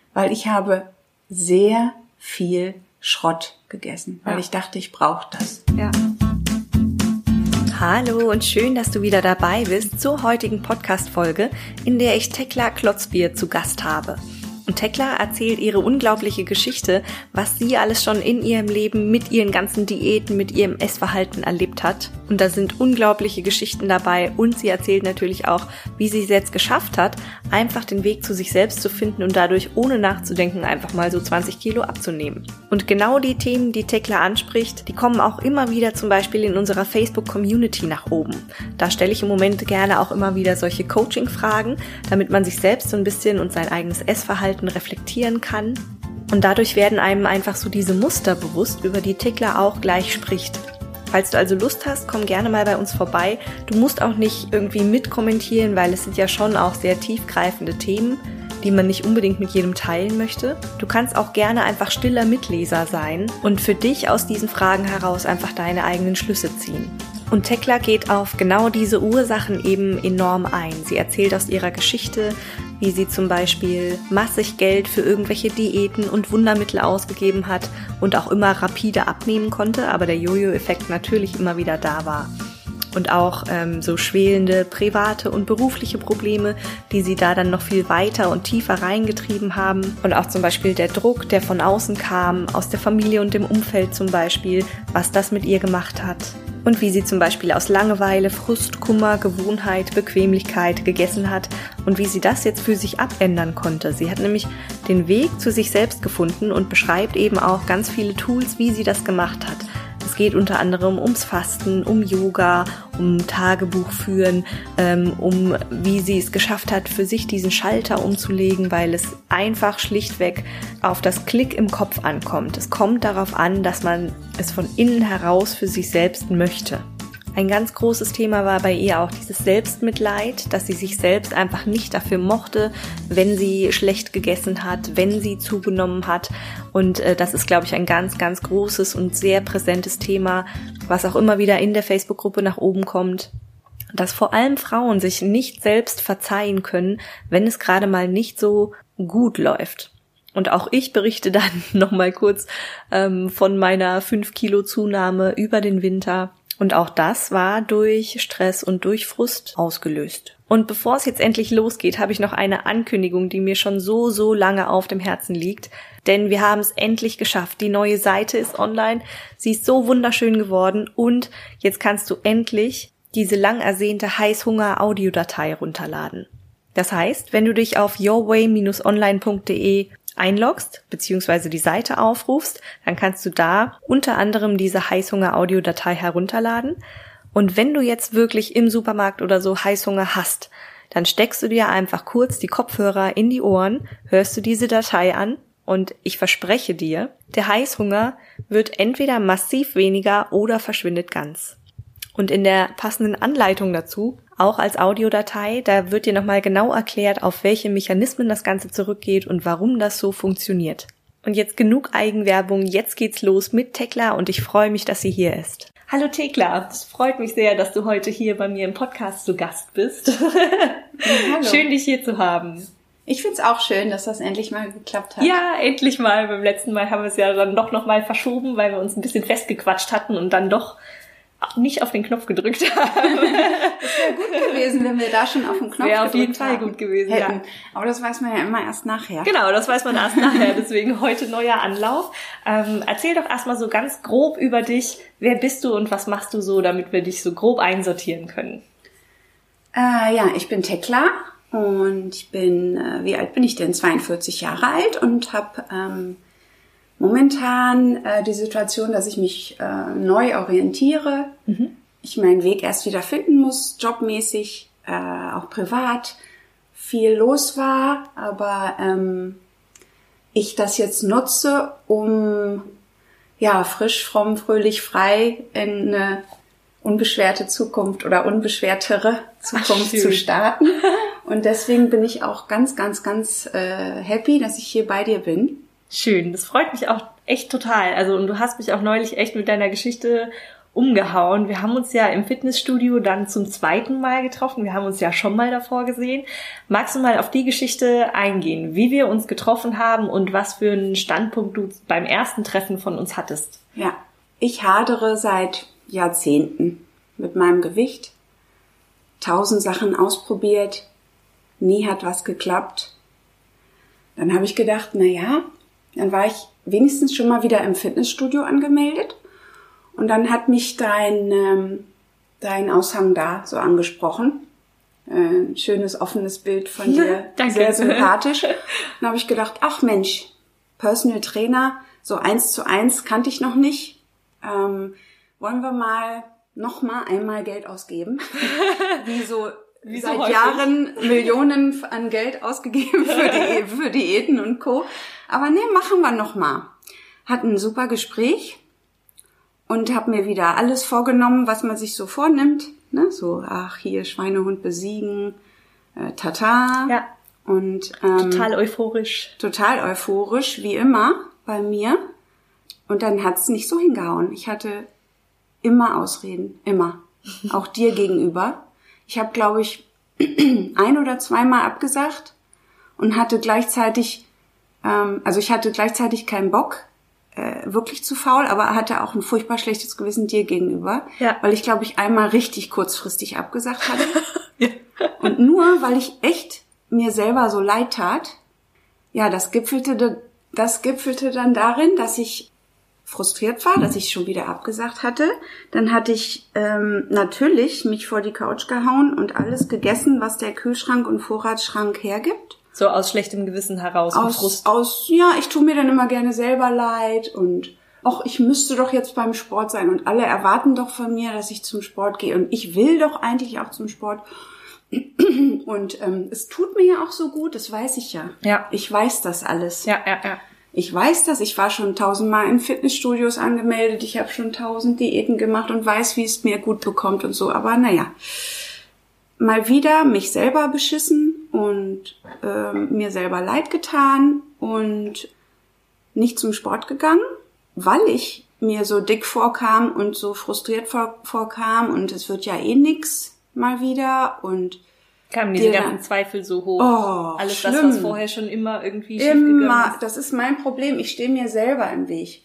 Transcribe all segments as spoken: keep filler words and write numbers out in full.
weil ich habe sehr viel Schrott gegessen, weil ja. ich dachte, ich brauche das. Ja. Hallo und schön, dass du wieder dabei bist zur heutigen Podcast-Folge, in der ich Tekla Klotzbier zu Gast habe. Und Tekla erzählt ihre unglaubliche Geschichte, was sie alles schon in ihrem Leben mit ihren ganzen Diäten, mit ihrem Essverhalten erlebt hat. Und da sind unglaubliche Geschichten dabei und sie erzählt natürlich auch, wie sie es jetzt geschafft hat, einfach den Weg zu sich selbst zu finden und dadurch ohne nachzudenken einfach mal so zwanzig Kilo abzunehmen. Und genau die Themen, die Tekla anspricht, die kommen auch immer wieder zum Beispiel in unserer Facebook-Community nach oben. Da stelle ich im Moment gerne auch immer wieder solche Coaching-Fragen, damit man sich selbst so ein bisschen und sein eigenes Essverhalten reflektieren kann. Und dadurch werden einem einfach so diese Muster bewusst, über die Tekla auch gleich spricht. Falls du also Lust hast, komm gerne mal bei uns vorbei. Du musst auch nicht irgendwie mitkommentieren, weil es sind ja schon auch sehr tiefgreifende Themen, die man nicht unbedingt mit jedem teilen möchte. Du kannst auch gerne einfach stiller Mitleser sein und für dich aus diesen Fragen heraus einfach deine eigenen Schlüsse ziehen. Und Tekla geht auf genau diese Ursachen eben enorm ein. Sie erzählt aus ihrer Geschichte, wie sie zum Beispiel massig Geld für irgendwelche Diäten und Wundermittel ausgegeben hat und auch immer rapide abnehmen konnte, aber der Jojo-Effekt natürlich immer wieder da war. Und auch ähm, so schwelende private und berufliche Probleme, die sie da dann noch viel weiter und tiefer reingetrieben haben. Und auch zum Beispiel der Druck, der von außen kam, aus der Familie und dem Umfeld zum Beispiel, was das mit ihr gemacht hat. Und wie sie zum Beispiel aus Langeweile, Frust, Kummer, Gewohnheit, Bequemlichkeit gegessen hat und wie sie das jetzt für sich abändern konnte. Sie hat nämlich den Weg zu sich selbst gefunden und beschreibt eben auch ganz viele Tools, wie sie das gemacht hat. Es geht unter anderem ums Fasten, um Yoga, um Tagebuch führen, ähm, um wie sie es geschafft hat, für sich diesen Schalter umzulegen, weil es einfach schlichtweg auf das Klick im Kopf ankommt. Es kommt darauf an, dass man es von innen heraus für sich selbst möchte. Ein ganz großes Thema war bei ihr auch dieses Selbstmitleid, dass sie sich selbst einfach nicht dafür mochte, wenn sie schlecht gegessen hat, wenn sie zugenommen hat. Und äh, das ist, glaube ich, ein ganz, ganz großes und sehr präsentes Thema, was auch immer wieder in der Facebook-Gruppe nach oben kommt. Dass vor allem Frauen sich nicht selbst verzeihen können, wenn es gerade mal nicht so gut läuft. Und auch ich berichte dann nochmal kurz ähm, von meiner fünf Kilo Zunahme über den Winter. Und auch das war durch Stress und durch Frust ausgelöst. Und bevor es jetzt endlich losgeht, habe ich noch eine Ankündigung, die mir schon so, so lange auf dem Herzen liegt. Denn wir haben es endlich geschafft. Die neue Seite ist online. Sie ist so wunderschön geworden. Und jetzt kannst du endlich diese lang ersehnte Heißhunger-Audiodatei runterladen. Das heißt, wenn du dich auf yourway dash online punkt de einloggst, beziehungsweise die Seite aufrufst, dann kannst du da unter anderem diese Heißhunger-Audiodatei herunterladen. Und wenn du jetzt wirklich im Supermarkt oder so Heißhunger hast, dann steckst du dir einfach kurz die Kopfhörer in die Ohren, hörst du diese Datei an und ich verspreche dir, der Heißhunger wird entweder massiv weniger oder verschwindet ganz. Und in der passenden Anleitung dazu, auch als Audiodatei, da wird dir nochmal genau erklärt, auf welche Mechanismen das Ganze zurückgeht und warum das so funktioniert. Und jetzt genug Eigenwerbung, jetzt geht's los mit Tekla und ich freue mich, dass sie hier ist. Hallo Tekla, es freut mich sehr, dass du heute hier bei mir im Podcast zu Gast bist. Hallo. Schön, dich hier zu haben. Ich find's auch schön, dass das endlich mal geklappt hat. Ja, endlich mal. Beim letzten Mal haben wir es ja dann doch nochmal verschoben, weil wir uns ein bisschen festgequatscht hatten und dann doch nicht auf den Knopf gedrückt haben. Das wäre gut gewesen, wenn wir da schon auf den Knopf wäre gedrückt auf jeden Fall gut gewesen, hätten. Ja. Aber das weiß man ja immer erst nachher. Genau, das weiß man erst nachher. Deswegen heute neuer Anlauf. Ähm, erzähl doch erstmal so ganz grob über dich. Wer bist du und was machst du so, damit wir dich so grob einsortieren können? Äh, ja, ich bin Tekla und ich bin, äh, wie alt bin ich denn? zweiundvierzig Jahre alt und habe ähm, momentan äh, die Situation, dass ich mich äh, neu orientiere, mhm. ich meinen Weg erst wieder finden muss, jobmäßig, äh, auch privat, viel los war, aber ähm, ich das jetzt nutze, um ja frisch, fromm, fröhlich, frei in eine unbeschwerte Zukunft oder unbeschwertere Zukunft Ach, zu starten. Und deswegen bin ich auch ganz, ganz, ganz äh, happy, dass ich hier bei dir bin. Schön, das freut mich auch echt total. Also und du hast mich auch neulich echt mit deiner Geschichte umgehauen. Wir haben uns ja im Fitnessstudio dann zum zweiten Mal getroffen. Wir haben uns ja schon mal davor gesehen. Magst du mal auf die Geschichte eingehen, wie wir uns getroffen haben und was für einen Standpunkt du beim ersten Treffen von uns hattest? Ja, ich hadere seit Jahrzehnten mit meinem Gewicht. Tausend Sachen ausprobiert. Nie hat was geklappt. Dann habe ich gedacht, na ja, dann war ich wenigstens schon mal wieder im Fitnessstudio angemeldet. Und dann hat mich dein, ähm, dein Aushang da so angesprochen. Äh, ein schönes, offenes Bild von dir. Danke. Sehr sympathisch. Dann habe ich gedacht, ach Mensch, Personal Trainer, so eins zu eins kannte ich noch nicht. Ähm, wollen wir mal noch mal einmal Geld ausgeben? Wie so Wie seit so Jahren Millionen an Geld ausgegeben für, die, für Diäten und Co. Aber nee, machen wir noch mal. Hatten ein super Gespräch. Und habe mir wieder alles vorgenommen, was man sich so vornimmt. Ne? So, ach, hier Schweinehund besiegen, äh, Tata. Ja. Und, ähm, total euphorisch. Total euphorisch, wie immer bei mir. Und dann hat's nicht so hingehauen. Ich hatte immer Ausreden, immer. Auch dir gegenüber. Ich habe, glaube ich, ein oder zweimal abgesagt und hatte gleichzeitig, ähm, also ich hatte gleichzeitig keinen Bock, wirklich zu faul, aber hatte auch ein furchtbar schlechtes Gewissen dir gegenüber, ja. weil ich, glaube ich, einmal richtig kurzfristig abgesagt hatte. Ja. Und nur, weil ich echt mir selber so leid tat, ja, das gipfelte, das gipfelte dann darin, dass ich frustriert war, dass ich schon wieder abgesagt hatte. Dann hatte ich ähm, natürlich mich vor die Couch gehauen und alles gegessen, was der Kühlschrank und Vorratsschrank hergibt. So aus schlechtem Gewissen heraus aus, und Frust. Aus, ja, ich tue mir dann immer gerne selber leid und ach, ich müsste doch jetzt beim Sport sein und alle erwarten doch von mir, dass ich zum Sport gehe und ich will doch eigentlich auch zum Sport. Und ähm, es tut mir ja auch so gut, das weiß ich ja. Ja. Ich weiß das alles. Ja, ja, ja. Ich weiß das, ich war schon tausendmal in Fitnessstudios angemeldet, ich habe schon tausend Diäten gemacht und weiß, wie es mir gut bekommt und so, aber naja. Mal wieder mich selber beschissen und ähm, mir selber leid getan und nicht zum Sport gegangen, weil ich mir so dick vorkam und so frustriert vor, vorkam und es wird ja eh nix mal wieder und kamen diese ganzen dann, Zweifel so hoch. Oh, alles schlimm. Das, was vorher schon immer irgendwie schief immer, gegangen ist. Das ist mein Problem, ich stehe mir selber im Weg.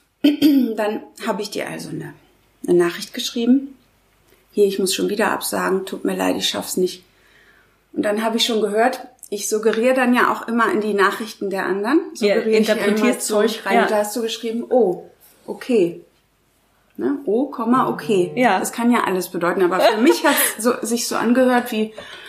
Dann habe ich dir also eine, eine Nachricht geschrieben. Hier, ich muss schon wieder absagen, tut mir leid, ich schaff's nicht. Und dann habe ich schon gehört, ich suggeriere dann ja auch immer in die Nachrichten der anderen, suggeriere ja, ich immer Zeug rein. Ja. Und da hast du geschrieben, oh, okay. Ne? Oh, Komma, okay. Ja. Das kann ja alles bedeuten, aber für mich hat es so, sich so angehört wie,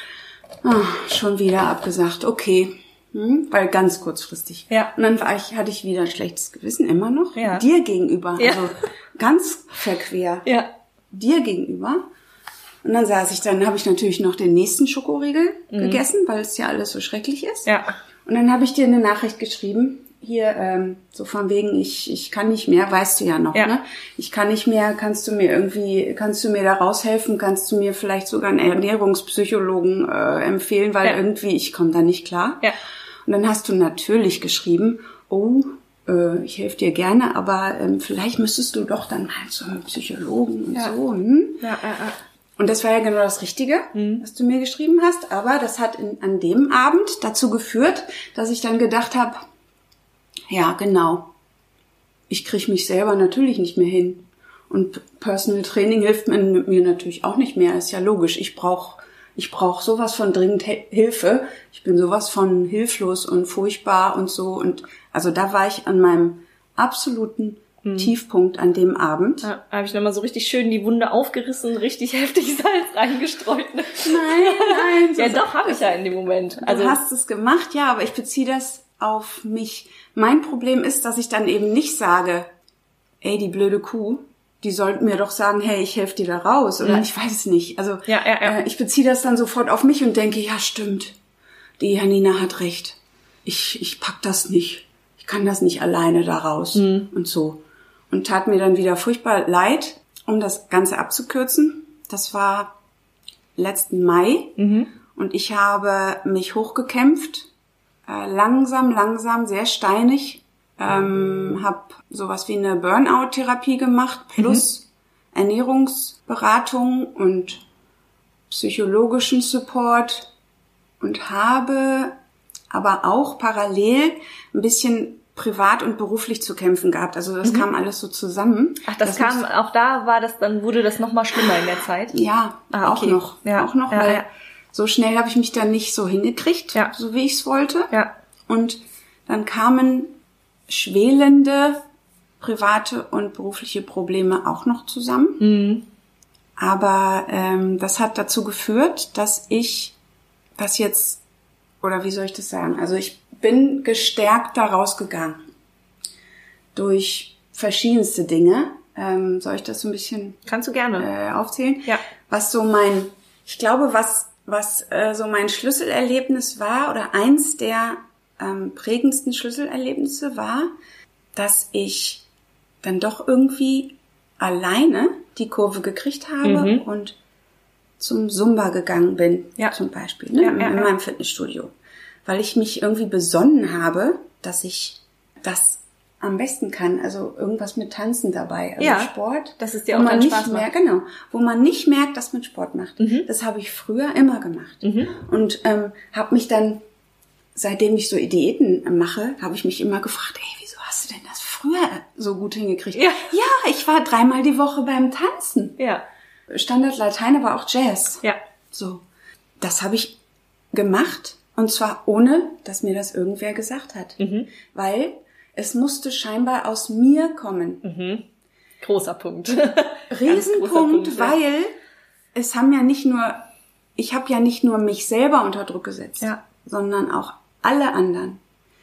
oh, schon wieder abgesagt, okay. Hm? Weil ganz kurzfristig. Ja. Und dann war ich, hatte ich wieder ein schlechtes Gewissen, immer noch, ja. dir gegenüber. Ja. Also ganz verquer. Ja. Dir gegenüber. Und dann saß ich, dann habe ich natürlich noch den nächsten Schokoriegel mhm. gegessen, weil es ja alles so schrecklich ist. Ja. Und dann habe ich dir eine Nachricht geschrieben, hier, ähm, so von wegen, ich ich kann nicht mehr, weißt du ja noch, ja. ne? Ich kann nicht mehr, kannst du mir irgendwie, kannst du mir da raushelfen, kannst du mir vielleicht sogar einen Ernährungspsychologen äh, empfehlen, weil ja. irgendwie, ich komme da nicht klar. Ja. Und dann hast du natürlich geschrieben, oh, äh, ich helfe dir gerne, aber ähm, vielleicht müsstest du doch dann mal zu einem Psychologen und ja. so. Hm? Ja, ja, ja. Und das war ja genau das Richtige, mhm. was du mir geschrieben hast. Aber das hat in, an dem Abend dazu geführt, dass ich dann gedacht habe, ja, genau, ich kriege mich selber natürlich nicht mehr hin. Und Personal Training hilft mir, mir natürlich auch nicht mehr. Ist ja logisch. Ich brauche ich brauch sowas von dringend Hilfe. Ich bin sowas von hilflos und furchtbar und so. Und also da war ich an meinem absoluten Hm. Tiefpunkt an dem Abend. Da habe ich nochmal so richtig schön die Wunde aufgerissen, richtig heftig Salz reingestreut. Nein, nein. So ja, doch, habe ich ja in dem Moment. Also, du hast es gemacht, ja, aber ich beziehe das auf mich. Mein Problem ist, dass ich dann eben nicht sage, ey, die blöde Kuh, die sollten mir doch sagen, hey, ich helfe dir da raus. Oder mhm. ich weiß es nicht. Also ja, ja, ja. Äh, ich beziehe das dann sofort auf mich und denke, ja, stimmt, die Janina hat recht. Ich, ich pack das nicht. Ich kann das nicht alleine da raus. Mhm. Und so. Und tat mir dann wieder furchtbar leid, um das Ganze abzukürzen. Das war letzten Mai. Mhm. Und ich habe mich hochgekämpft. Äh, langsam, langsam, sehr steinig. Ähm, habe sowas wie eine Burnout-Therapie gemacht. Plus Ernährungsberatung und psychologischen Support und habe aber auch parallel ein bisschen privat und beruflich zu kämpfen gehabt. Also das mhm. kam alles so zusammen. Ach, das, das kam, muss, auch da war das, dann wurde das nochmal schlimmer in der Zeit? Ja, ah, okay. auch noch. Ja. Auch noch, ja, weil ja. so schnell habe ich mich dann nicht so hingekriegt, ja. so wie ich es wollte. Ja. Und dann kamen schwelende private und berufliche Probleme auch noch zusammen. Mhm. Aber ähm, das hat dazu geführt, dass ich das jetzt, oder wie soll ich das sagen, also ich bin gestärkt da rausgegangen durch verschiedenste Dinge. Ähm, soll ich das so ein bisschen Kannst du gerne äh, aufzählen? Ja. Was so mein, ich glaube, was was äh, so mein Schlüsselerlebnis war oder eins der ähm, prägendsten Schlüsselerlebnisse war, dass ich dann doch irgendwie alleine die Kurve gekriegt habe mhm. und zum Zumba gegangen bin, ja. zum Beispiel, ne, ja, in, ja, in ja. meinem Fitnessstudio. Weil ich mich irgendwie besonnen habe, dass ich das am besten kann. Also irgendwas mit Tanzen dabei. Also ja, Sport. dass es dir auch dann Spaß macht. Mehr, genau, wo man nicht merkt, dass man Sport macht. Mhm. Das habe ich früher immer gemacht. Mhm. Und ähm, habe mich dann, seitdem ich so Diäten mache, habe ich mich immer gefragt, ey, wieso hast du denn das früher so gut hingekriegt? Ja, ja ich war dreimal die Woche beim Tanzen. Ja. Standard Latein, aber auch Jazz. Ja. So. Das habe ich gemacht. Und zwar ohne, dass mir das irgendwer gesagt hat. Mhm. Weil es musste scheinbar aus mir kommen. Mhm. Großer Punkt. Riesenpunkt, Punkt, weil ja. es haben ja nicht nur, ich habe ja nicht nur mich selber unter Druck gesetzt, ja. sondern auch alle anderen.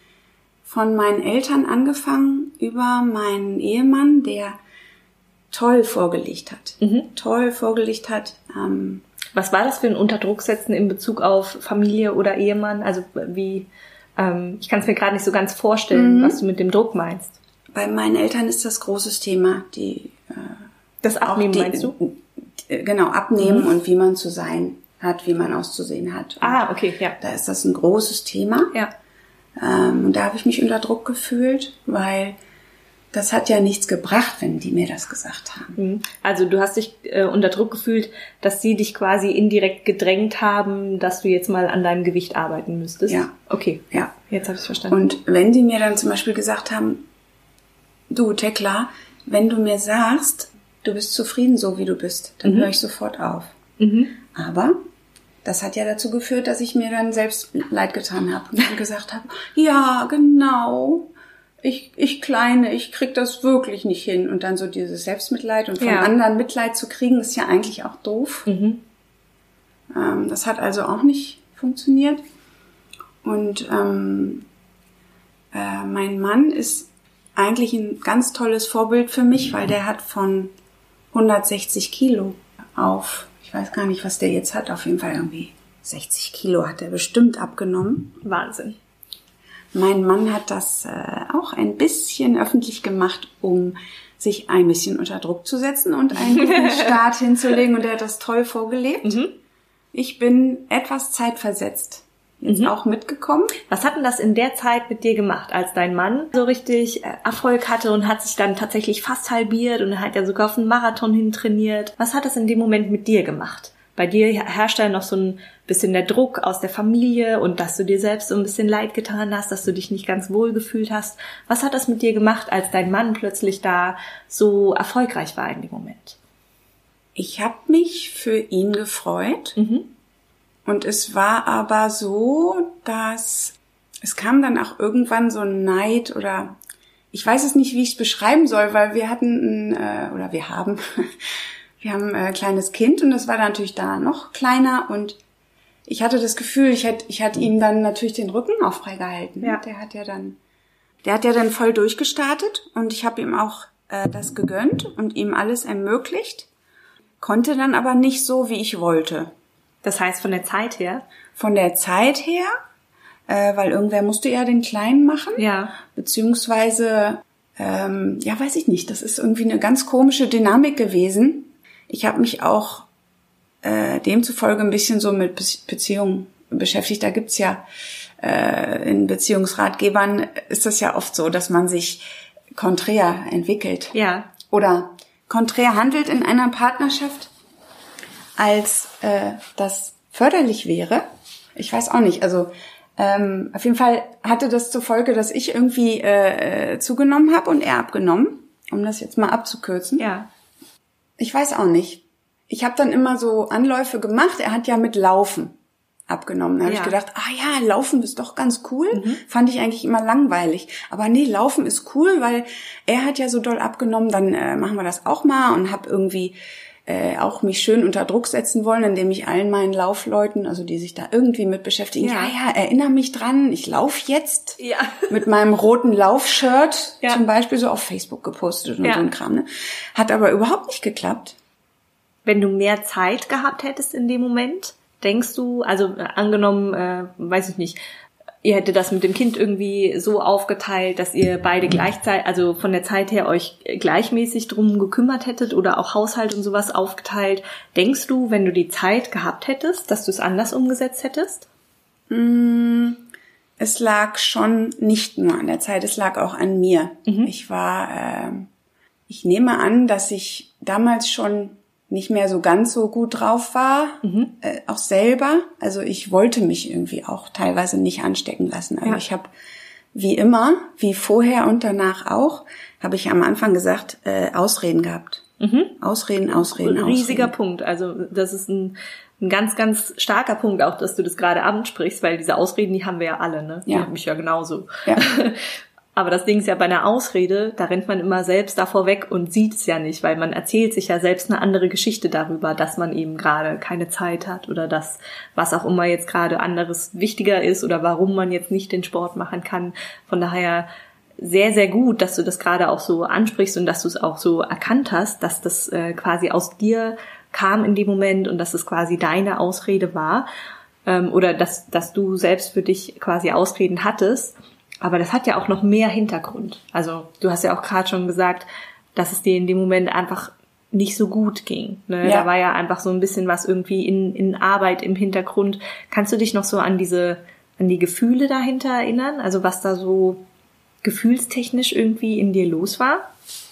Von meinen Eltern angefangen, über meinen Ehemann, der toll vorgelegt hat. Mhm. Toll vorgelegt hat. Ähm, Was war das für ein Unterdrucksetzen in Bezug auf Familie oder Ehemann? Also wie, ähm, ich kann es mir gerade nicht so ganz vorstellen, mhm. was du mit dem Druck meinst. Bei meinen Eltern ist das großes Thema, die äh, das Abnehmen, die, meinst du? Äh, genau, Abnehmen mhm. und wie man zu sein hat, wie man auszusehen hat. Und ah, okay, ja. Da ist das ein großes Thema. Ja. Ähm, und da habe ich mich unter Druck gefühlt, weil das hat ja nichts gebracht, wenn die mir das gesagt haben. Also du hast dich äh, unter Druck gefühlt, dass sie dich quasi indirekt gedrängt haben, dass du jetzt mal an deinem Gewicht arbeiten müsstest? Ja. Okay, ja. Jetzt habe ich es verstanden. Und wenn die mir dann zum Beispiel gesagt haben, du Tekla, wenn du mir sagst, du bist zufrieden so, wie du bist, dann mhm. höre ich sofort auf. Mhm. Aber das hat ja dazu geführt, dass ich mir dann selbst leid getan habe und dann gesagt habe, ja, genau, Ich, ich Kleine, ich krieg das wirklich nicht hin. Und dann so dieses Selbstmitleid und vom ja. anderen Mitleid zu kriegen, ist ja eigentlich auch doof. Mhm. Ähm, das hat also auch nicht funktioniert. Und ähm, äh, mein Mann ist eigentlich ein ganz tolles Vorbild für mich, weil der hat von hundertsechzig Kilo auf, ich weiß gar nicht, was der jetzt hat, auf jeden Fall irgendwie sechzig Kilo hat er bestimmt abgenommen. Wahnsinn. Mein Mann hat das äh, auch ein bisschen öffentlich gemacht, um sich ein bisschen unter Druck zu setzen und einen guten Start hinzulegen. Und er hat das toll vorgelebt. Mhm. Ich bin etwas zeitversetzt jetzt mhm. auch mitgekommen. Was hat denn das in der Zeit mit dir gemacht, als dein Mann so richtig Erfolg hatte und hat sich dann tatsächlich fast halbiert und er hat ja sogar auf einen Marathon hin trainiert? Was hat das in dem Moment mit dir gemacht? Bei dir herrscht ja noch so ein bisschen der Druck aus der Familie und dass du dir selbst so ein bisschen leid getan hast, dass du dich nicht ganz wohl gefühlt hast. Was hat das mit dir gemacht, als dein Mann plötzlich da so erfolgreich war in dem Moment? Ich habe mich für ihn gefreut. Mhm. Und es war aber so, dass es kam dann auch irgendwann so ein Neid oder ich weiß es nicht, wie ich es beschreiben soll, weil wir hatten, ein, oder wir haben... Wir haben ein kleines Kind und das war dann natürlich da noch kleiner und ich hatte das Gefühl, ich hätte ich hatte ihm dann natürlich den Rücken auch frei gehalten. Ja. Der hat ja dann der hat ja dann voll durchgestartet und ich habe ihm auch äh, das gegönnt und ihm alles ermöglicht, konnte dann aber nicht so, wie ich wollte. Das heißt von der Zeit her? Von der Zeit her, äh, weil irgendwer musste ja den Kleinen machen. Ja. Beziehungsweise, ähm, ja, weiß ich nicht, das ist irgendwie eine ganz komische Dynamik gewesen. Ich habe mich auch äh, demzufolge ein bisschen so mit Be- Beziehungen beschäftigt. Da gibt's ja äh, in Beziehungsratgebern ist das ja oft so, dass man sich konträr entwickelt. Ja. Oder konträr handelt in einer Partnerschaft, als äh, das förderlich wäre. Ich weiß auch nicht, also ähm, auf jeden Fall hatte das zur Folge, dass ich irgendwie äh, zugenommen habe und er abgenommen, um das jetzt mal abzukürzen. Ja. Ich weiß auch nicht. Ich habe dann immer so Anläufe gemacht. Er hat ja mit Laufen abgenommen. Da habe ja. ich gedacht, ah ja, Laufen ist doch ganz cool. Mhm. Fand ich eigentlich immer langweilig. Aber nee, Laufen ist cool, weil er hat ja so doll abgenommen. Dann äh, machen wir das auch mal und habe irgendwie äh, auch mich schön unter Druck setzen wollen, indem ich allen meinen Laufleuten, also die sich da irgendwie mit beschäftigen, ja, ja, ja erinnere mich dran, ich laufe jetzt ja. mit meinem roten Laufshirt ja. zum Beispiel so auf Facebook gepostet und ja. so ein Kram. Ne? Hat aber überhaupt nicht geklappt. Wenn du mehr Zeit gehabt hättest in dem Moment, denkst du, also äh, angenommen, äh, weiß ich nicht, ihr hättet das mit dem Kind irgendwie so aufgeteilt, dass ihr beide gleichzeitig, also von der Zeit her euch gleichmäßig drum gekümmert hättet oder auch Haushalt und sowas aufgeteilt. Denkst du, wenn du die Zeit gehabt hättest, dass du es anders umgesetzt hättest? Mm, es lag schon nicht nur an der Zeit, es lag auch an mir. Mhm. Ich war, äh, ich nehme an, dass ich damals schon nicht mehr so ganz so gut drauf war, mhm. äh, auch selber. Also ich wollte mich irgendwie auch teilweise nicht anstecken lassen. Also ja. ich habe wie immer, wie vorher und danach auch, habe ich am Anfang gesagt, äh, Ausreden gehabt. Mhm. Ausreden, Ausreden, ein Ausreden. Riesiger Punkt. Also das ist ein, ein ganz, ganz starker Punkt auch, dass du das gerade ansprichst, weil diese Ausreden, die haben wir ja alle, ne? Die ja. haben mich ja genauso. Ja. Aber das Ding ist ja bei einer Ausrede, da rennt man immer selbst davor weg und sieht es ja nicht, weil man erzählt sich ja selbst eine andere Geschichte darüber, dass man eben gerade keine Zeit hat oder dass was auch immer jetzt gerade anderes wichtiger ist oder warum man jetzt nicht den Sport machen kann. Von daher sehr, sehr gut, dass du das gerade auch so ansprichst und dass du es auch so erkannt hast, dass das äh, quasi aus dir kam in dem Moment und dass es quasi deine Ausrede war ähm, oder dass, dass du selbst für dich quasi Ausreden hattest. Aber das hat ja auch noch mehr Hintergrund. Also du hast ja auch gerade schon gesagt, dass es dir in dem Moment einfach nicht so gut ging. Ne? Ja. Da war ja einfach so ein bisschen was irgendwie in, in Arbeit im Hintergrund. Kannst du dich noch so an diese, an die Gefühle dahinter erinnern? Also was da so gefühlstechnisch irgendwie in dir los war?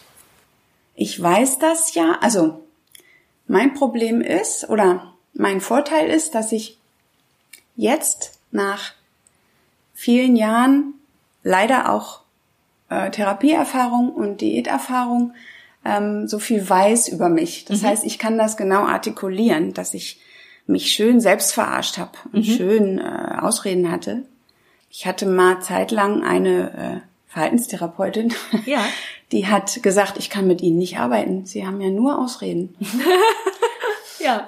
Ich weiß das ja. Also mein Problem ist oder mein Vorteil ist, dass ich jetzt nach vielen Jahren leider auch äh, Therapieerfahrung und Diäterfahrung ähm, so viel weiß über mich. Das mhm. heißt, ich kann das genau artikulieren, dass ich mich schön selbst verarscht habe und mhm. schön äh, Ausreden hatte. Ich hatte mal zeitlang eine äh, Verhaltenstherapeutin, ja. die hat gesagt, ich kann mit Ihnen nicht arbeiten. Sie haben ja nur Ausreden. ja.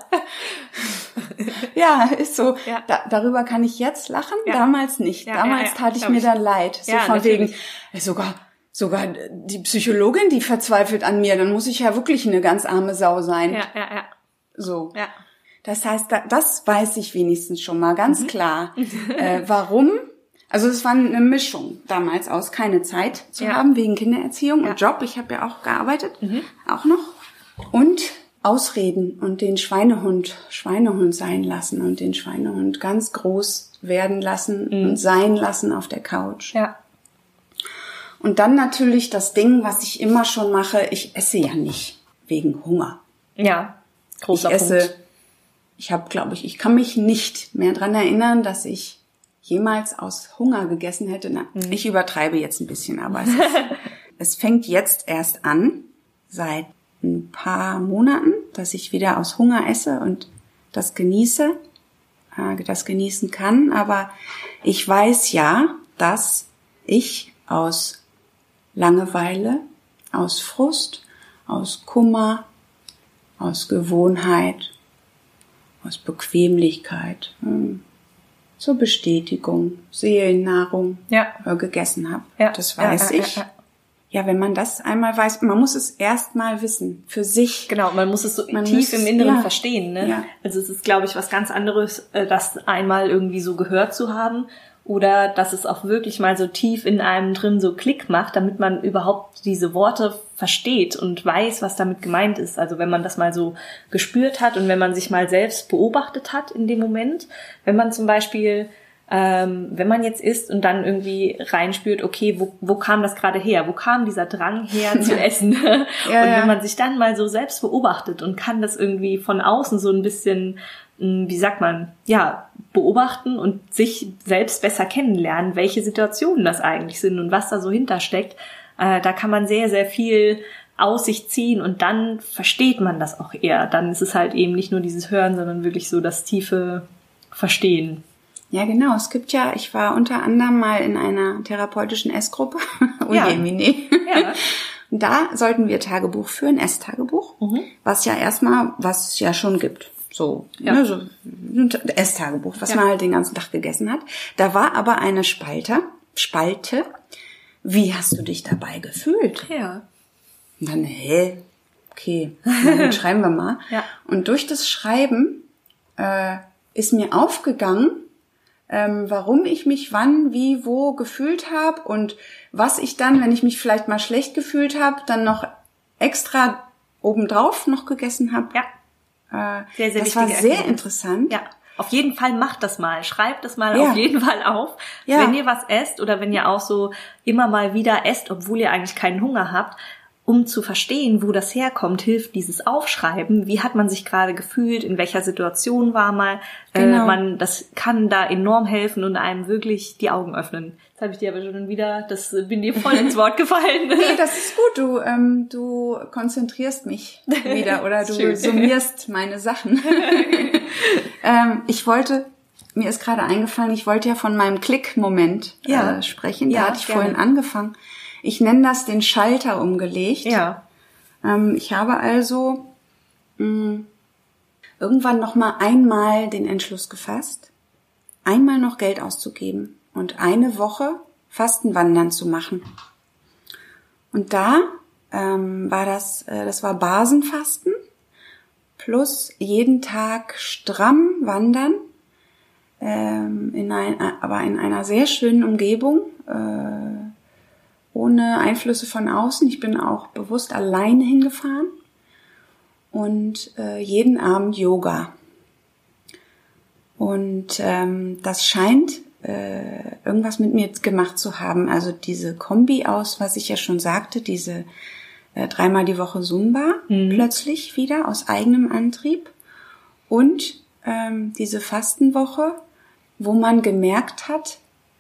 Ja, ist so. Ja. Da, darüber kann ich jetzt lachen, ja. damals nicht. Ja, damals ja, ja, tat ich mir dann leid. So ja, von natürlich. wegen, sogar, sogar die Psychologin, die verzweifelt an mir, dann muss ich ja wirklich eine ganz arme Sau sein. Ja, ja, ja. So. Ja. Das heißt, das weiß ich wenigstens schon mal ganz mhm. klar. äh, warum? Also es war eine Mischung damals aus, keine Zeit zu ja. haben wegen Kindererziehung ja. und Job. Ich habe ja auch gearbeitet, mhm. auch noch. Und Ausreden und den Schweinehund Schweinehund sein lassen und den Schweinehund ganz groß werden lassen mhm. und sein lassen auf der Couch. Ja. Und dann natürlich das Ding, was ich immer schon mache, ich esse ja nicht wegen Hunger. Ja, großer ich esse, Punkt. Ich habe, glaube ich, ich kann mich nicht mehr dran erinnern, dass ich jemals aus Hunger gegessen hätte. Na, mhm. ich übertreibe jetzt ein bisschen, aber es, ist, es fängt jetzt erst an, seit ein paar Monaten, dass ich wieder aus Hunger esse und das genieße, äh, das genießen kann. Aber ich weiß ja, dass ich aus Langeweile, aus Frust, aus Kummer, aus Gewohnheit, aus Bequemlichkeit, äh, zur Bestätigung, Seelennahrung ja. äh, gegessen habe. Ja. Das weiß ja, ja, ich. Ja, ja. Ja, wenn man das einmal weiß, man muss es erst mal wissen, für sich. Genau, man muss es so man tief muss, im Inneren ja, verstehen. Ne? Ja. Also es ist, glaube ich, was ganz anderes, das einmal irgendwie so gehört zu haben oder dass es auch wirklich mal so tief in einem drin so Klick macht, damit man überhaupt diese Worte versteht und weiß, was damit gemeint ist. Also wenn man das mal so gespürt hat und wenn man sich mal selbst beobachtet hat in dem Moment, wenn man zum Beispiel ähm, wenn man jetzt isst und dann irgendwie reinspürt, okay, wo, wo kam das gerade her? Wo kam dieser Drang her zu essen? Ja, und wenn ja. man sich dann mal so selbst beobachtet und kann das irgendwie von außen so ein bisschen, wie sagt man, ja, beobachten und sich selbst besser kennenlernen, welche Situationen das eigentlich sind und was da so hintersteckt, äh, da kann man sehr, sehr viel aus sich ziehen und dann versteht man das auch eher. Dann ist es halt eben nicht nur dieses Hören, sondern wirklich so das tiefe Verstehen. Ja, genau. Es gibt ja, ich war unter anderem mal in einer therapeutischen Essgruppe. Oh Ja. je, Mine. Ja. Und da sollten wir Tagebuch führen, Esstagebuch, Mhm. was ja erstmal, was es ja schon gibt. So, Ja. ne, so ein Esstagebuch, was Ja. man halt den ganzen Tag gegessen hat. Da war aber eine Spalte, Spalte. Wie hast du dich dabei gefühlt? Ja. Und dann, hä? Okay, na gut, schreiben wir mal. Ja. Und durch das Schreiben äh, ist mir aufgegangen, ähm, warum ich mich wann, wie, wo gefühlt habe und was ich dann, wenn ich mich vielleicht mal schlecht gefühlt habe, dann noch extra obendrauf noch gegessen habe. Ja. Äh, Sehr, sehr das war wichtige sehr Erkenntnis. interessant. Ja, auf jeden Fall macht das mal. Schreibt das mal Ja. auf jeden Fall auf. Ja. Wenn ihr was esst oder wenn ihr auch so immer mal wieder esst, obwohl ihr eigentlich keinen Hunger habt, um zu verstehen, wo das herkommt, hilft dieses Aufschreiben. Wie hat man sich gerade gefühlt? In welcher Situation war man? Genau. Äh, man, das kann da enorm helfen und einem wirklich die Augen öffnen. Jetzt habe ich dir aber schon wieder, das bin dir voll ins Wort gefallen. Nee, das ist gut. Du, ähm, du konzentrierst mich wieder oder du Schön. summierst meine Sachen. ähm, ich wollte, mir ist gerade eingefallen, ich wollte ja von meinem Klick-Moment Ja. äh, sprechen. Da Ja, hatte ich gerne. vorhin angefangen. Ich nenne das den Schalter umgelegt. Ja. Ähm, ich habe also mh, irgendwann noch mal einmal den Entschluss gefasst, einmal noch Geld auszugeben und eine Woche Fastenwandern zu machen. Und da ähm, war das, äh, das war Basenfasten plus jeden Tag stramm wandern, ähm, in ein, aber in einer sehr schönen Umgebung, äh, ohne Einflüsse von außen. Ich bin auch bewusst alleine hingefahren und äh, jeden Abend Yoga. Und ähm, das scheint äh, irgendwas mit mir gemacht zu haben. Also diese Kombi aus, was ich ja schon sagte, diese äh, dreimal die Woche Zumba, Mhm. plötzlich wieder aus eigenem Antrieb und ähm, diese Fastenwoche, wo man gemerkt hat,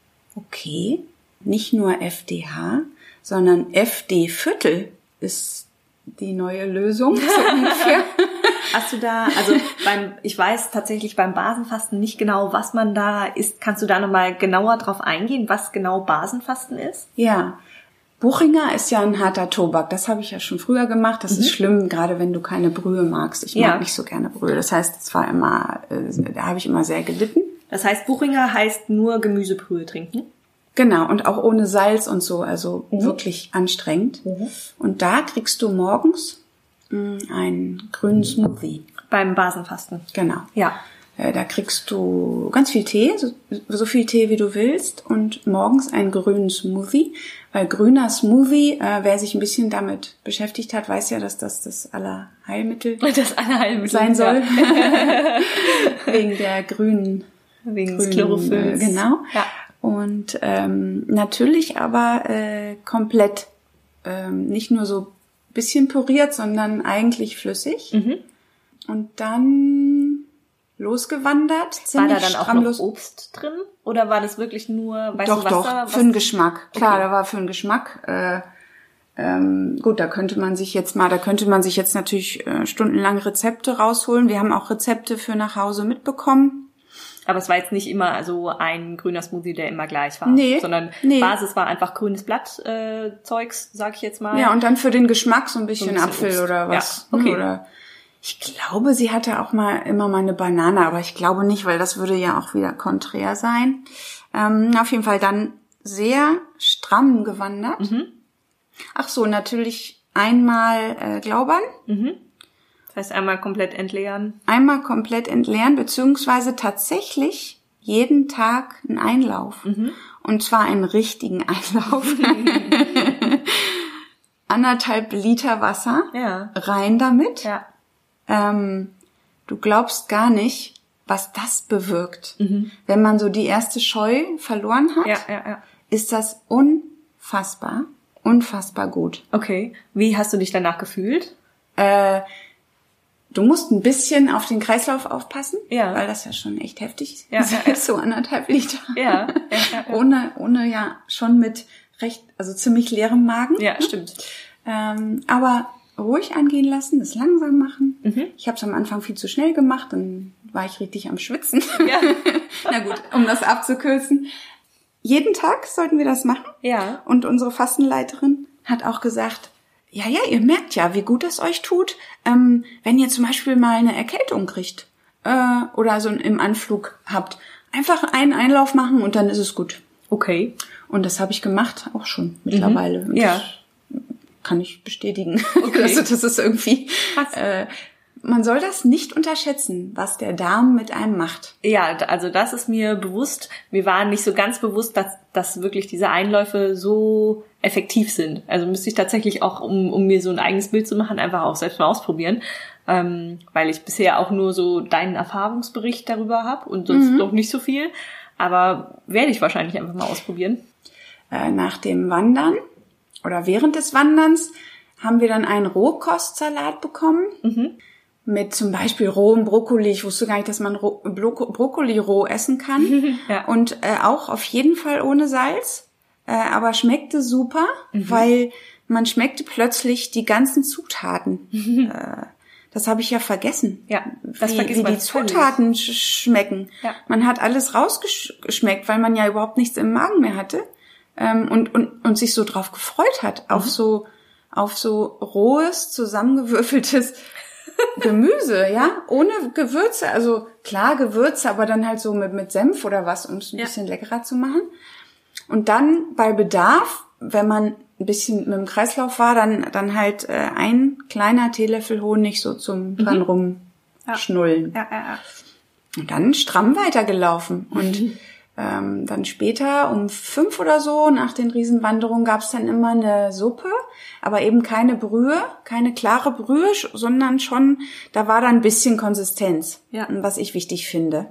okay, nicht nur F D H, sondern F D-Viertel ist die neue Lösung, so ungefähr. Hast du da, also beim, ich weiß tatsächlich beim Basenfasten nicht genau, was man da isst. Kannst du da nochmal genauer drauf eingehen, was genau Basenfasten ist? Ja, Buchinger ist ja ein harter Tobak. Das habe ich ja schon früher gemacht. Das Mhm. ist schlimm, gerade wenn du keine Brühe magst. Ich mag Ja. nicht so gerne Brühe. Das heißt, es war immer, äh, da habe ich immer sehr gelitten. Das heißt, Buchinger heißt nur Gemüsebrühe trinken? Genau, und auch ohne Salz und so, also Mhm. wirklich anstrengend. Mhm. Und da kriegst du morgens mh, einen grünen Smoothie. Beim Basenfasten. Genau. Ja. Äh, Da kriegst du ganz viel Tee, so, so viel Tee wie du willst und morgens einen grünen Smoothie, weil grüner Smoothie, äh, wer sich ein bisschen damit beschäftigt hat, weiß ja, dass das das Allerheilmittel Das Allerheilmittel sein soll, Ja. wegen der grünen, Wegen des grünen Chlorophylls. äh, genau. Ja. Und ähm, natürlich aber äh, komplett, ähm, nicht nur so ein bisschen püriert, sondern eigentlich flüssig. Mhm. Und dann losgewandert, War ziemlich da dann auch stramm noch los. Obst drin? Oder war das wirklich nur, weißt Doch, du, doch, Wasser? für den was? Geschmack. Klar, Okay. da war für den Geschmack. Äh, ähm, gut, da könnte man sich jetzt mal, da könnte man sich jetzt natürlich äh, stundenlang Rezepte rausholen. Wir haben auch Rezepte für nach Hause mitbekommen. Aber es war jetzt nicht immer so ein grüner Smoothie, der immer gleich war. Nee, Sondern nee. Basis war einfach grünes Blatt äh, Zeugs, sag ich jetzt mal. Ja, und dann für den Geschmack so ein bisschen, So ein bisschen Apfel Obst. oder was. Ja, okay. ne, Oder ich glaube, sie hatte auch mal immer mal eine Banane, aber ich glaube nicht, weil das würde ja auch wieder konträr sein. Ähm, auf jeden Fall dann sehr stramm gewandert. Mhm. Ach so, natürlich einmal äh, Glaubern. Mhm. Das heißt, einmal komplett entleeren. Einmal komplett entleeren, beziehungsweise tatsächlich jeden Tag einen Einlauf. Mhm. Und zwar einen richtigen Einlauf. Anderthalb Liter Wasser, Ja. rein damit. Ja. Ähm, du glaubst gar nicht, was das bewirkt. Mhm. Wenn man so die erste Scheu verloren hat, ja, ja, ja. ist das unfassbar, unfassbar gut. Okay. Wie hast du dich danach gefühlt? Äh, du musst ein bisschen auf den Kreislauf aufpassen, ja. weil das ja schon echt heftig ist. Ja, ja, ja. So anderthalb Liter. Ja, ja, ja, ja. Ohne, ohne ja schon mit recht, also ziemlich leerem Magen. Ja, stimmt. Ähm, aber ruhig angehen lassen, das langsam machen. Mhm. Ich habe es am Anfang viel zu schnell gemacht, dann war ich richtig am Schwitzen. Ja. Na gut, um das abzukürzen. Jeden Tag sollten wir das machen. Ja. Und unsere Fastenleiterin hat auch gesagt, ja, ja, ihr merkt ja, wie gut es euch tut, ähm, wenn ihr zum Beispiel mal eine Erkältung kriegt äh, oder so im Anflug habt. Einfach einen Einlauf machen und dann ist es gut. Okay. Und das habe ich gemacht, auch schon mittlerweile. Mhm. Ja. Kann ich bestätigen. Okay. Also das ist irgendwie... Äh, man soll das nicht unterschätzen, was der Darm mit einem macht. Ja, also das ist mir bewusst. Mir war nicht so ganz bewusst, dass, dass wirklich diese Einläufe so effektiv sind. Also müsste ich tatsächlich auch, um, um mir so ein eigenes Bild zu machen, einfach auch selbst mal ausprobieren. Ähm, weil ich bisher auch nur so deinen Erfahrungsbericht darüber habe und sonst mhm. noch nicht so viel. Aber werde ich wahrscheinlich einfach mal ausprobieren. Äh, nach dem Wandern oder während des Wanderns haben wir dann einen Rohkostsalat bekommen. Mhm. Mit zum Beispiel rohem Brokkoli. Ich wusste gar nicht, dass man Ro- Bro- Brokkoli roh essen kann. Ja. Und äh, auch auf jeden Fall ohne Salz. Äh, aber schmeckte super, mhm. weil man schmeckte plötzlich die ganzen Zutaten. Mhm. Äh, das habe ich ja vergessen. Ja, das wie, vergisst wie man die Zutaten sch- schmecken. Ja. Man hat alles rausgeschmeckt, weil man ja überhaupt nichts im Magen mehr hatte. Ähm, und, und, und sich so drauf gefreut hat. Mhm. Auf so, auf so rohes, zusammengewürfeltes Gemüse, ja, ohne Gewürze, also klar Gewürze, aber dann halt so mit, mit Senf oder was, um es ein ja. bisschen leckerer zu machen. Und dann bei Bedarf, wenn man ein bisschen mit dem Kreislauf war, dann dann halt äh, ein kleiner Teelöffel Honig so zum dran mhm. rumschnullen. Ja. Ja, ja, ja. Und dann stramm weitergelaufen. Und mhm. ähm, dann später um fünf oder so, nach den Riesenwanderungen, gab's dann immer eine Suppe, aber eben keine Brühe, keine klare Brühe, sondern schon, da war dann ein bisschen Konsistenz, ja. was ich wichtig finde.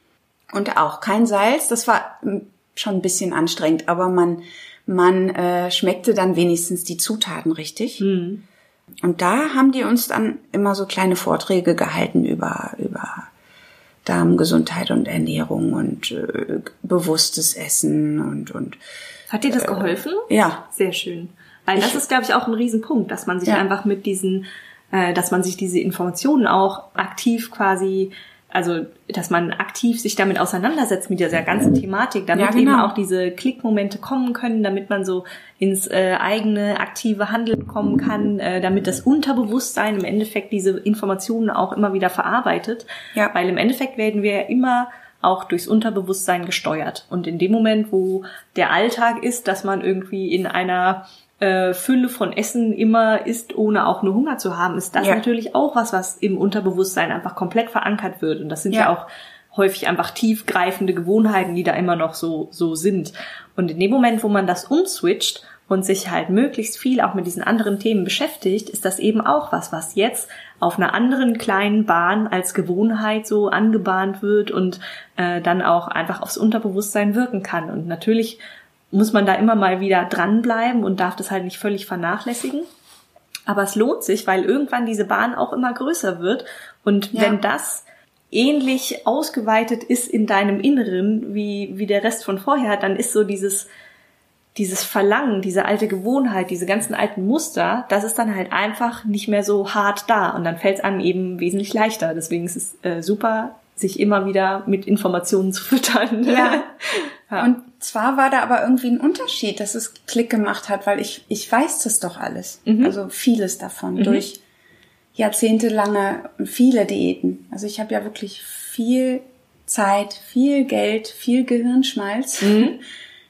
Und auch kein Salz, das war schon ein bisschen anstrengend, aber man man äh, schmeckte dann wenigstens die Zutaten richtig. Mhm. Und da haben die uns dann immer so kleine Vorträge gehalten über über Darmgesundheit und Ernährung und äh, bewusstes Essen und und. Hat dir das äh, geholfen? Ja, sehr schön. Weil das ich, ist, glaube ich, auch ein Riesenpunkt, dass man sich ja. einfach mit diesen, äh, dass man sich diese Informationen auch aktiv quasi, also dass man aktiv sich damit auseinandersetzt mit dieser ganzen Thematik, damit ja, genau. eben auch diese Klickmomente kommen können, damit man so ins äh, eigene aktive Handeln kommen kann, äh, damit das Unterbewusstsein im Endeffekt diese Informationen auch immer wieder verarbeitet. Ja. Weil im Endeffekt werden wir ja immer auch durchs Unterbewusstsein gesteuert. Und in dem Moment, wo der Alltag ist, dass man irgendwie in einer äh, Fülle von Essen immer isst, ohne auch nur Hunger zu haben, ist das ja. natürlich auch was, was im Unterbewusstsein einfach komplett verankert wird. Und das sind ja, ja auch häufig einfach tiefgreifende Gewohnheiten, die da immer noch so so sind. Und in dem Moment, wo man das umswitcht und sich halt möglichst viel auch mit diesen anderen Themen beschäftigt, ist das eben auch was, was jetzt auf einer anderen kleinen Bahn als Gewohnheit so angebahnt wird und äh, dann auch einfach aufs Unterbewusstsein wirken kann. Und natürlich muss man da immer mal wieder dranbleiben und darf das halt nicht völlig vernachlässigen. Aber es lohnt sich, weil irgendwann diese Bahn auch immer größer wird. Und ja. wenn das ähnlich ausgeweitet ist in deinem Inneren wie wie der Rest von vorher, dann ist so dieses dieses Verlangen, diese alte Gewohnheit, diese ganzen alten Muster, das ist dann halt einfach nicht mehr so hart da. Und dann fällt es einem eben wesentlich leichter. Deswegen ist es äh, super, sich immer wieder mit Informationen zu füttern. Ja. ja. Und zwar war da aber irgendwie ein Unterschied, dass es Klick gemacht hat, weil ich ich weiß das doch alles. Mhm. Also vieles davon mhm. durch jahrzehntelange viele Diäten. Also ich habe ja wirklich viel Zeit, viel Geld, viel Gehirnschmalz mhm.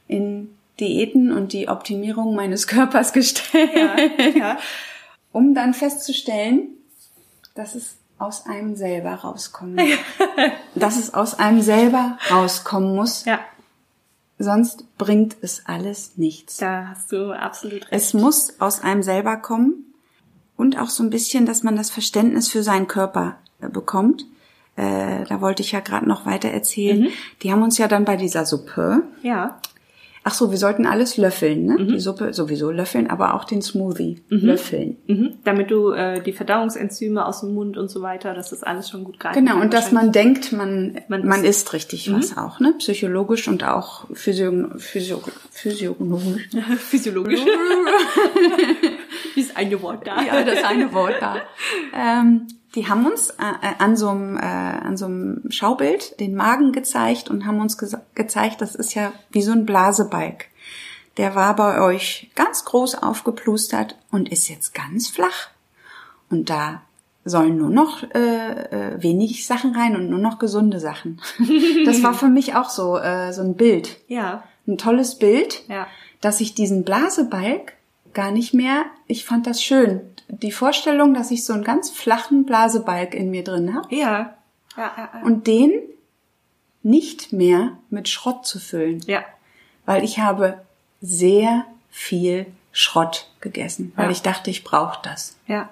in Diäten und die Optimierung meines Körpers gestellt, ja, ja. um dann festzustellen, dass es aus einem selber rauskommen muss. dass es aus einem selber rauskommen muss. Ja. Sonst bringt es alles nichts. Da hast du absolut recht. Es muss aus einem selber kommen und auch so ein bisschen, dass man das Verständnis für seinen Körper äh, bekommt. äh, da wollte ich ja gerade noch weiter erzählen. Mhm. Die haben uns ja dann bei dieser Suppe... Ja. Ach so, wir sollten alles löffeln, ne? Mhm. Die Suppe sowieso löffeln, aber auch den Smoothie Mhm. löffeln. Mhm. Damit du äh, die Verdauungsenzyme aus dem Mund und so weiter, dass das alles schon gut greift. Genau, und dass man denkt, man Man man, isst. isst richtig Mhm. was auch, ne? Psychologisch und auch physio, physio, physiologisch. Physiologisch. Ist eine Wort da. Ja, das eine Wort da. Ähm, die haben uns äh, an so einem äh, an so einem Schaubild den Magen gezeigt und haben uns ge- gezeigt, das ist ja wie so ein Blasebalg. Der war bei euch ganz groß aufgeplustert und ist jetzt ganz flach. Und da sollen nur noch äh, äh, wenig Sachen rein und nur noch gesunde Sachen. Das war für mich auch so äh, so ein Bild. Ja. Ein tolles Bild, Ja. dass ich diesen Blasebalg gar nicht mehr, ich fand das schön. Die Vorstellung, dass ich so einen ganz flachen Blasebalg in mir drin habe Ja. Ja, ja, ja. und den nicht mehr mit Schrott zu füllen. Ja. Weil ich habe sehr viel Schrott gegessen, weil Ja. ich dachte, ich brauche das. Ja.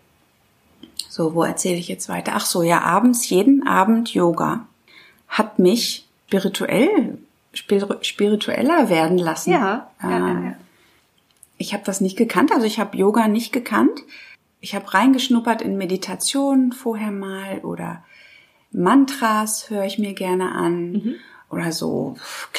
So, wo erzähle ich jetzt weiter? Ach so, ja, abends, jeden Abend Yoga hat mich spirituell, spir- spiritueller werden lassen. Ja. Ja, ja, Ähm, ja. Ich habe das nicht gekannt, also ich habe Yoga nicht gekannt. Ich habe reingeschnuppert in Meditation vorher mal oder Mantras höre ich mir gerne an Mhm. oder so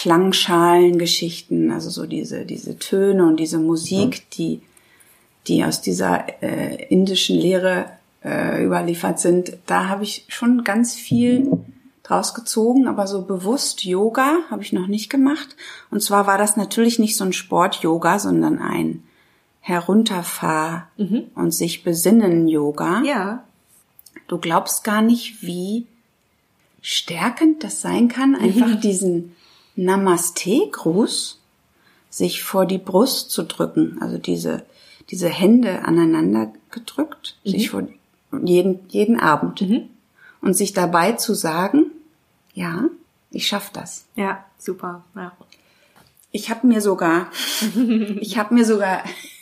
Klangschalengeschichten, also so diese diese Töne und diese Musik, die die aus dieser äh, indischen Lehre äh, überliefert sind. Da habe ich schon ganz viel draus gezogen, aber so bewusst Yoga habe ich noch nicht gemacht. Und zwar war das natürlich nicht so ein Sport-Yoga, sondern ein Herunterfahr- Mhm. und sich besinnen-Yoga. Ja. Du glaubst gar nicht, wie stärkend das sein kann, einfach diesen Namaste-Gruß sich vor die Brust zu drücken. Also diese, diese Hände aneinander gedrückt, Mhm. sich vor jeden, jeden Abend. Mhm. Und sich dabei zu sagen, ja, ich schaff das. Ja, super. Ja. Ich habe mir sogar, ich habe mir sogar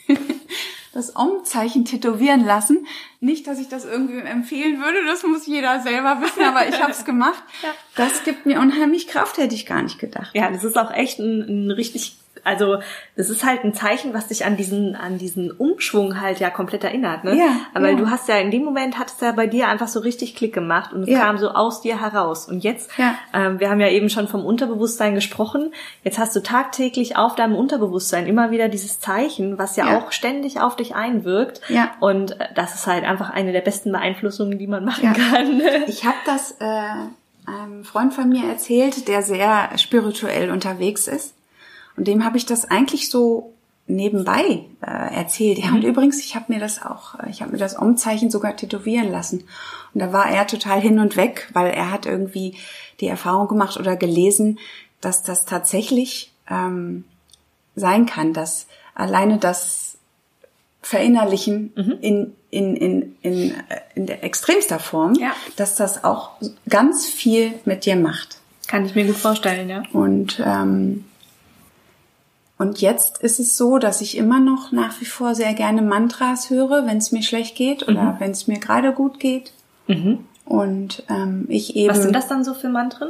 das Om-Zeichen tätowieren lassen. Nicht, dass ich das irgendwie empfehlen würde, das muss jeder selber wissen, aber ich habe es gemacht. Ja. Das gibt mir unheimlich Kraft, hätte ich gar nicht gedacht. Ja, das ist auch echt ein, ein richtig, also das ist halt ein Zeichen, was dich an diesen an diesen Umschwung halt ja komplett erinnert, ne? Ja, Aber ja. du hast ja in dem Moment hat es ja bei dir einfach so richtig Klick gemacht und es Ja. kam so aus dir heraus. Und jetzt, Ja. ähm, wir haben ja eben schon vom Unterbewusstsein gesprochen, jetzt hast du tagtäglich auf deinem Unterbewusstsein immer wieder dieses Zeichen, was ja, Ja. auch ständig auf dich einwirkt. Ja. Und äh, das ist halt einfach eine der besten Beeinflussungen, die man machen Ja. kann. Ich habe das äh, einem Freund von mir erzählt, der sehr spirituell unterwegs ist. Und dem habe ich das eigentlich so nebenbei äh, erzählt. Ja, und übrigens, ich habe mir das auch, ich habe mir das Om-Zeichen sogar tätowieren lassen. Und da war er total hin und weg, weil er hat irgendwie die Erfahrung gemacht oder gelesen, dass das tatsächlich ähm, sein kann, dass alleine das Verinnerlichen Mhm. in, in, in, in, äh, in der extremster Form, Ja. dass das auch ganz viel mit dir macht. Kann ich mir gut vorstellen, ja. Und ähm, und jetzt ist es so, dass ich immer noch nach wie vor sehr gerne Mantras höre, wenn es mir schlecht geht oder Mhm. wenn es mir gerade gut geht. Mhm. Und ähm, ich eben, Was sind das dann so für Mantren?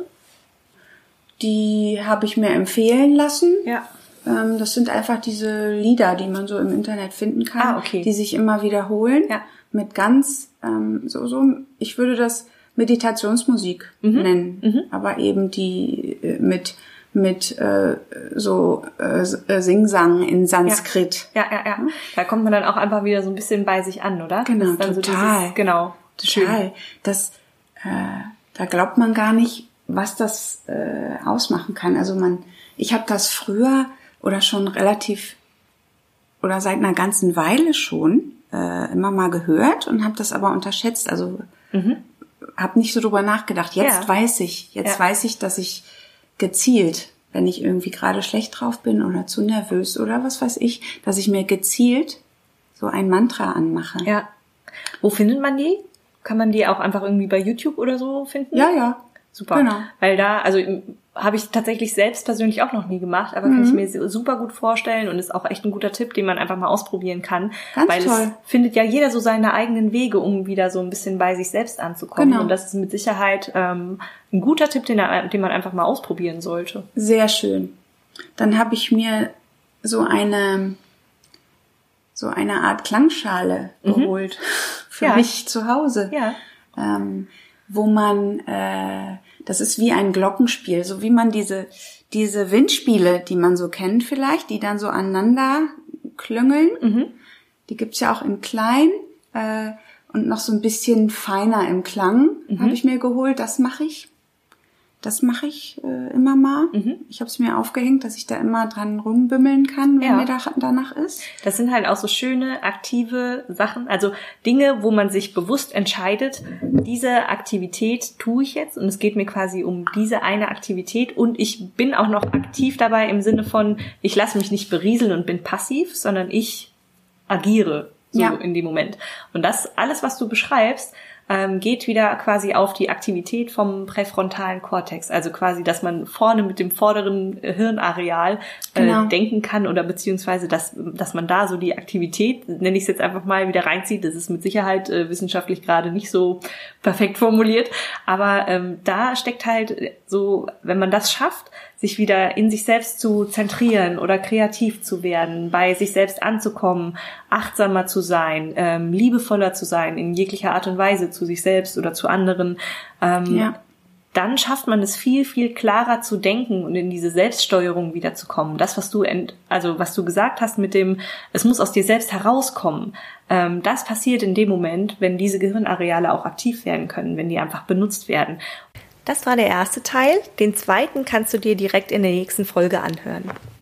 die habe ich mir empfehlen lassen. Ja. Ähm, das sind einfach diese Lieder, die man so im Internet finden kann, Ah, okay. die sich immer wiederholen. Ja. Mit ganz, ähm, so, so, ich würde das Meditationsmusik Mhm. nennen, Mhm. aber eben die äh, mit mit äh, so äh, äh, Singsang in Sanskrit. Ja, ja, ja. Da kommt man dann auch einfach wieder so ein bisschen bei sich an, oder? Genau, Das ist dann total. So dieses, genau. Total. Das, äh, da glaubt man gar nicht, was das äh, ausmachen kann. Also man, ich habe das früher oder schon relativ oder seit einer ganzen Weile schon äh, immer mal gehört und habe das aber unterschätzt. Also Mhm. habe nicht so drüber nachgedacht. Jetzt Ja. weiß ich, jetzt Ja. weiß ich, dass ich gezielt, wenn ich irgendwie gerade schlecht drauf bin oder zu nervös oder was weiß ich, dass ich mir gezielt so ein Mantra anmache. Ja. Wo findet man die? Kann man die auch einfach irgendwie bei YouTube oder so finden? Ja, ja. Super. Genau. Weil da, also habe ich tatsächlich selbst persönlich auch noch nie gemacht, aber mhm. kann ich mir super gut vorstellen und ist auch echt ein guter Tipp, den man einfach mal ausprobieren kann. Ganz weil toll. Es findet ja jeder so seine eigenen Wege, um wieder so ein bisschen bei sich selbst anzukommen. Genau. Und das ist mit Sicherheit ähm, ein guter Tipp, den, den man einfach mal ausprobieren sollte. Sehr schön. Dann habe ich mir so eine so eine Art Klangschale mhm. geholt für ja. mich zu Hause, ja. ähm, wo man äh, das ist wie ein Glockenspiel, so wie man diese diese Windspiele, die man so kennt vielleicht, die dann so aneinander klüngeln. Mhm. Die gibt's ja auch in klein äh, und noch so ein bisschen feiner im Klang. Mhm. Habe ich mir geholt. Das mache ich. Das mache ich äh, immer mal. Mhm. Ich habe es mir aufgehängt, dass ich da immer dran rumbümmeln kann, wenn ja. mir da, danach ist. Das sind halt auch so schöne, aktive Sachen, also Dinge, wo man sich bewusst entscheidet, diese Aktivität tue ich jetzt und es geht mir quasi um diese eine Aktivität und ich bin auch noch aktiv dabei im Sinne von, ich lasse mich nicht berieseln und bin passiv, sondern ich agiere so ja. in dem Moment. Und das alles, was du beschreibst, Ähm, geht wieder quasi auf die Aktivität vom präfrontalen Kortex, also quasi, dass man vorne mit dem vorderen Hirnareal äh, genau. denken kann oder beziehungsweise, dass dass man da so die Aktivität, nenne ich es jetzt einfach mal, wieder reinzieht. Das ist mit Sicherheit äh, wissenschaftlich gerade nicht so perfekt formuliert, aber ähm, da steckt halt so, wenn man das schafft, sich wieder in sich selbst zu zentrieren oder kreativ zu werden, bei sich selbst anzukommen, achtsamer zu sein, ähm, liebevoller zu sein in jeglicher Art und Weise zu sich selbst oder zu anderen, ähm, ja. dann schafft man es viel, viel klarer zu denken und in diese Selbststeuerung wiederzukommen. Das, was du ent, also was du gesagt hast mit dem, es muss aus dir selbst herauskommen, ähm, das passiert in dem Moment, wenn diese Gehirnareale auch aktiv werden können, wenn die einfach benutzt werden. Das war der erste Teil. Den zweiten kannst du dir direkt in der nächsten Folge anhören.